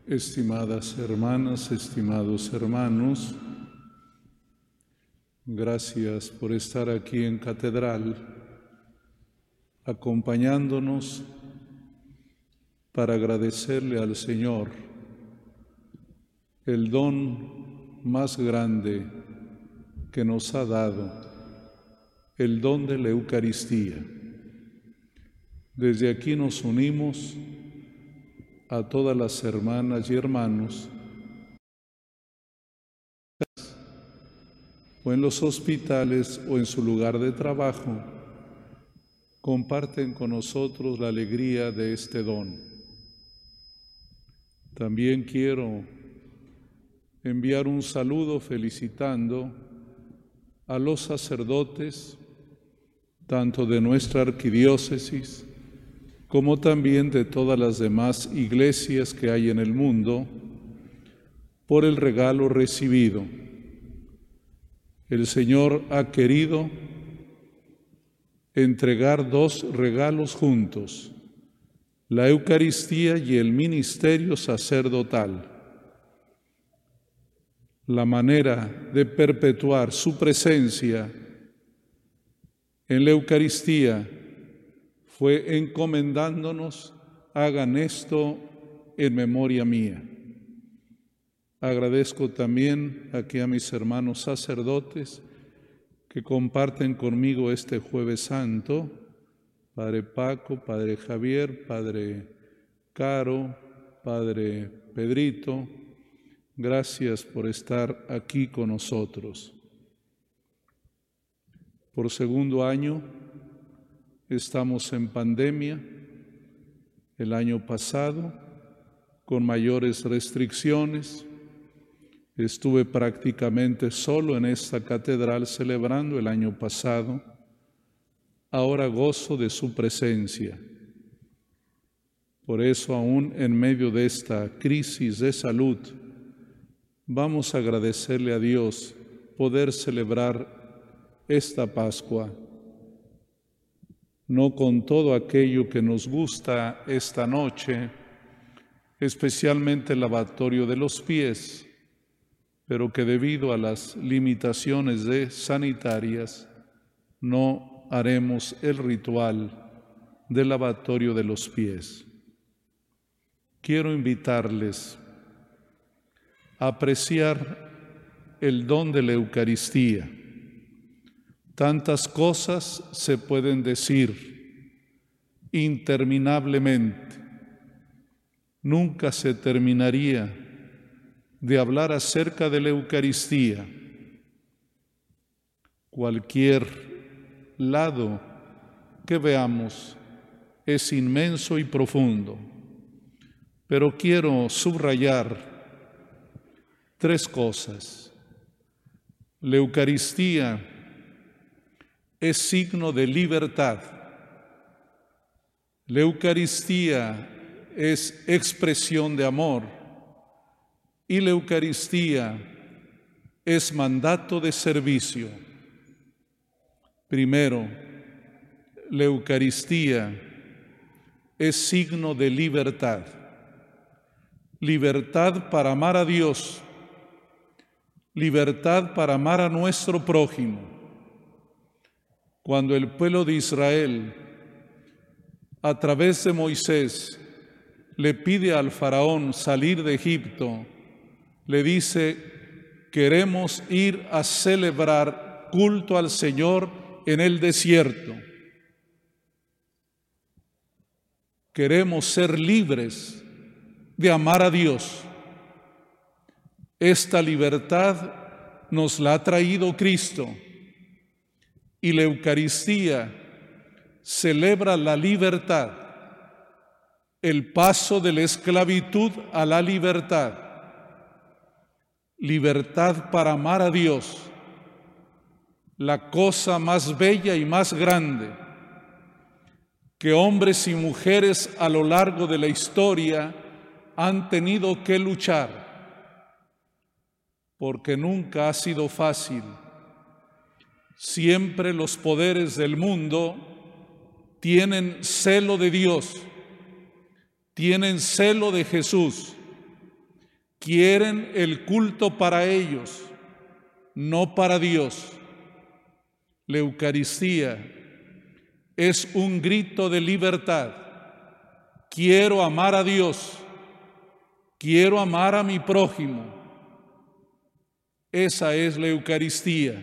Estimadas hermanas, estimados hermanos, gracias por estar aquí en Catedral, acompañándonos para agradecerle al Señor el don más grande que nos ha dado, el don de la Eucaristía. Desde aquí nos unimos a todas las hermanas y hermanos o en los hospitales o en su lugar de trabajo, comparten con nosotros la alegría de este don. También quiero enviar un saludo felicitando a los sacerdotes, tanto de nuestra arquidiócesis como también de todas las demás iglesias que hay en el mundo, por el regalo recibido. El Señor ha querido entregar dos regalos juntos, la Eucaristía y el ministerio sacerdotal. La manera de perpetuar su presencia en la Eucaristía fue encomendándonos: hagan esto en memoria mía. Agradezco también aquí a mis hermanos sacerdotes que comparten conmigo este Jueves Santo, Padre Paco, Padre Javier, Padre Caro, Padre Pedrito. Gracias por estar aquí con nosotros. Por segundo año estamos en pandemia. El año pasado, con mayores restricciones, estuve prácticamente solo en esta catedral celebrando el año pasado. Ahora gozo de su presencia. Por eso, aún en medio de esta crisis de salud, vamos a agradecerle a Dios poder celebrar esta Pascua, no con todo aquello que nos gusta esta noche, especialmente el lavatorio de los pies, pero que debido a las limitaciones sanitarias no haremos el ritual del lavatorio de los pies. Quiero invitarles a apreciar el don de la Eucaristía. Tantas cosas se pueden decir interminablemente. Nunca se terminaría de hablar acerca de la Eucaristía. Cualquier lado que veamos es inmenso y profundo, pero quiero subrayar tres cosas. La Eucaristía es signo de libertad. La Eucaristía es expresión de amor y la Eucaristía es mandato de servicio. Primero, la Eucaristía es signo de libertad. Libertad para amar a Dios, libertad para amar a nuestro prójimo. Cuando el pueblo de Israel, a través de Moisés, le pide al faraón salir de Egipto, le dice: queremos ir a celebrar culto al Señor en el desierto. Queremos ser libres de amar a Dios. Esta libertad nos la ha traído Cristo. Y la Eucaristía celebra la libertad, el paso de la esclavitud a la libertad. Libertad para amar a Dios, la cosa más bella y más grande que hombres y mujeres a lo largo de la historia han tenido que luchar, porque nunca ha sido fácil. Siempre los poderes del mundo tienen celo de Dios, tienen celo de Jesús, Quieren el culto para ellos, no para Dios. La Eucaristía es un grito de libertad. Quiero amar a Dios, quiero amar a mi prójimo. Esa es la Eucaristía.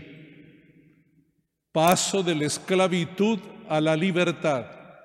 Paso de la esclavitud a la libertad.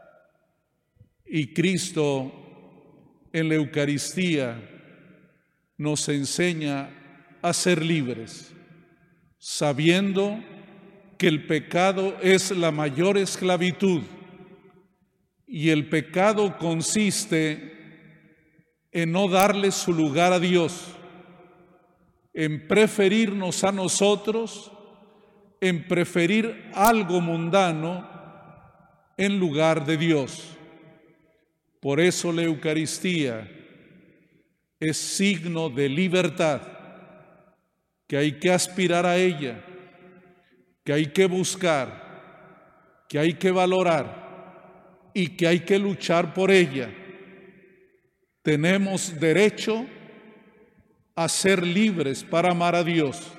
Y Cristo en la Eucaristía nos enseña a ser libres, sabiendo que el pecado es la mayor esclavitud y el pecado consiste en no darle su lugar a Dios, en preferirnos a nosotros, en preferir algo mundano en lugar de Dios. Por eso la Eucaristía es signo de libertad, que hay que aspirar a ella, que hay que buscar, que hay que valorar y que hay que luchar por ella. Tenemos derecho a ser libres para amar a Dios,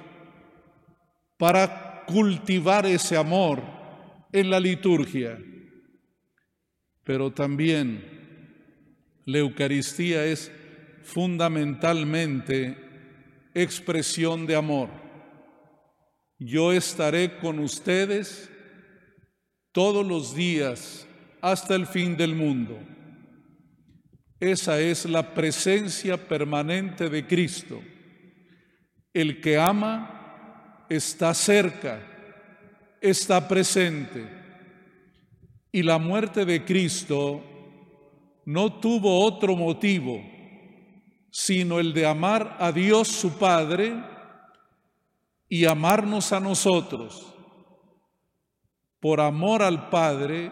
para cultivar ese amor en la liturgia. Pero también la Eucaristía es fundamentalmente expresión de amor. Yo estaré con ustedes todos los días hasta el fin del mundo. Esa es la presencia permanente de Cristo. El que ama está cerca, está presente. Y la muerte de Cristo no tuvo otro motivo, sino el de amar a Dios su Padre y amarnos a nosotros. Por amor al Padre,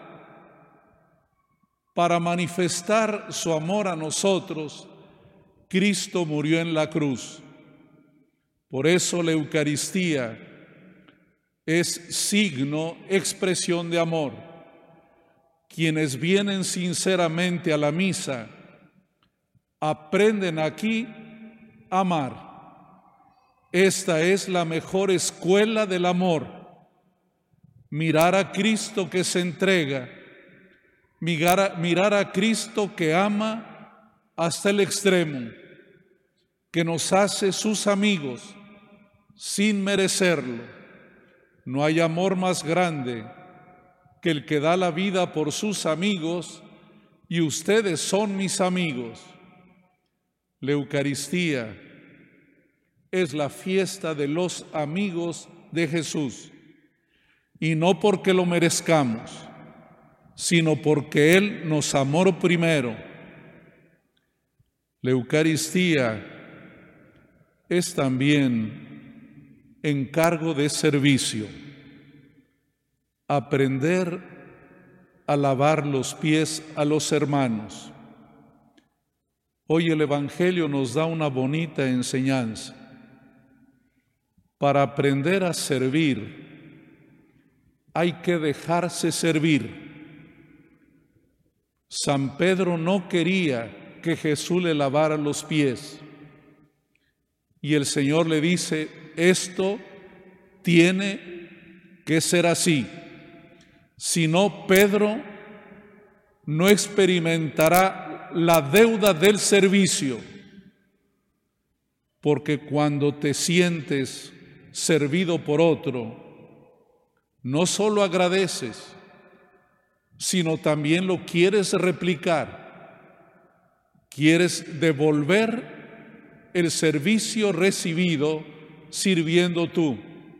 para manifestar su amor a nosotros, Cristo murió en la cruz. Por eso la Eucaristía es signo, expresión de amor. Quienes vienen sinceramente a la misa aprenden aquí a amar. Esta es la mejor escuela del amor. Mirar a Cristo que se entrega, mirar a Cristo que ama hasta el extremo, que nos hace sus amigos sin merecerlo. No hay amor más grande que el que da la vida por sus amigos, y ustedes son mis amigos. La Eucaristía es la fiesta de los amigos de Jesús, y no porque lo merezcamos, sino porque Él nos amó primero. La Eucaristía es también encargo de servicio. Aprender a lavar los pies a los hermanos. Hoy el Evangelio nos da una bonita enseñanza. Para aprender a servir, hay que dejarse servir. San Pedro no quería que Jesús le lavara los pies. Y el Señor le dice, esto tiene que ser así. Si no, Pedro no experimentará la deuda del servicio, porque cuando te sientes servido por otro, no solo agradeces, sino también lo quieres replicar, quieres devolver el servicio recibido sirviendo tú.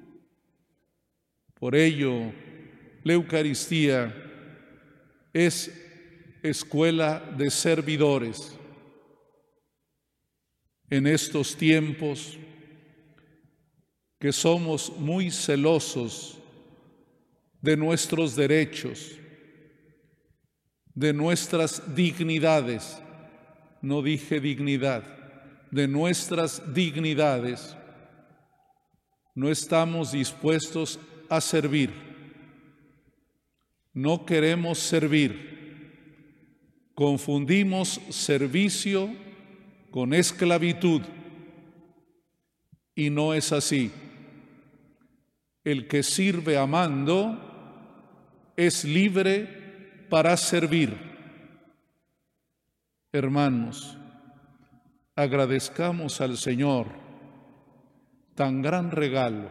Por ello, la Eucaristía es escuela de servidores. En estos tiempos que somos muy celosos de nuestros derechos, de nuestras dignidades, no dije dignidad, de nuestras dignidades, no estamos dispuestos a servir. No queremos servir. Confundimos servicio con esclavitud. Y no es así. El que sirve amando es libre para servir. Hermanos, agradezcamos al Señor tan gran regalo.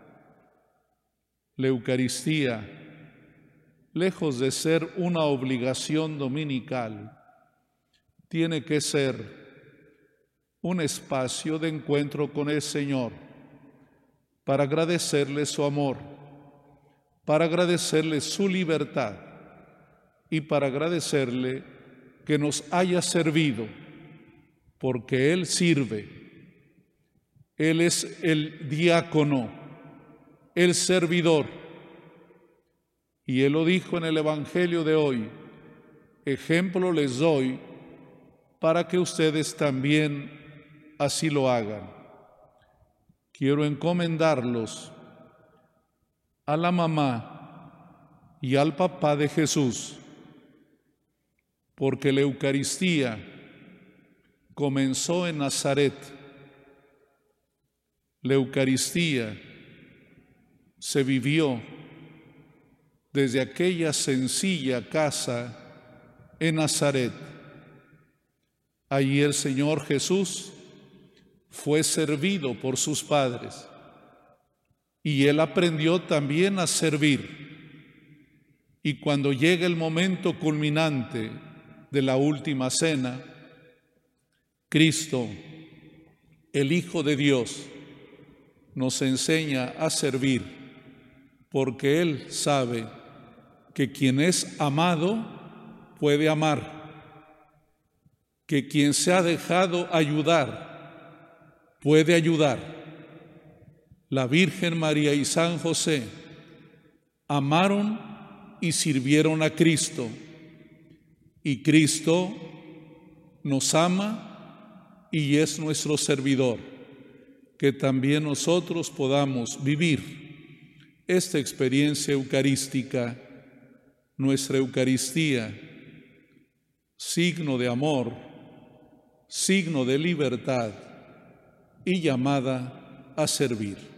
La Eucaristía, lejos de ser una obligación dominical, tiene que ser un espacio de encuentro con el Señor para agradecerle su amor, para agradecerle su libertad y para agradecerle que nos haya servido, porque Él sirve. Él es el diácono, el servidor. Y Él lo dijo en el Evangelio de hoy: ejemplo les doy para que ustedes también así lo hagan. Quiero encomendarlos a la mamá y al papá de Jesús, porque la Eucaristía comenzó en Nazaret. La Eucaristía se vivió desde aquella sencilla casa en Nazaret. Allí el Señor Jesús fue servido por sus padres y Él aprendió también a servir. Y cuando llega el momento culminante de la última cena, Cristo, el Hijo de Dios, nos enseña a servir, porque Él sabe que quien es amado puede amar, que quien se ha dejado ayudar puede ayudar. La Virgen María y San José amaron y sirvieron a Cristo, y Cristo nos ama y es nuestro servidor. Que también nosotros podamos vivir esta experiencia eucarística, nuestra Eucaristía, signo de amor, signo de libertad y llamada a servir.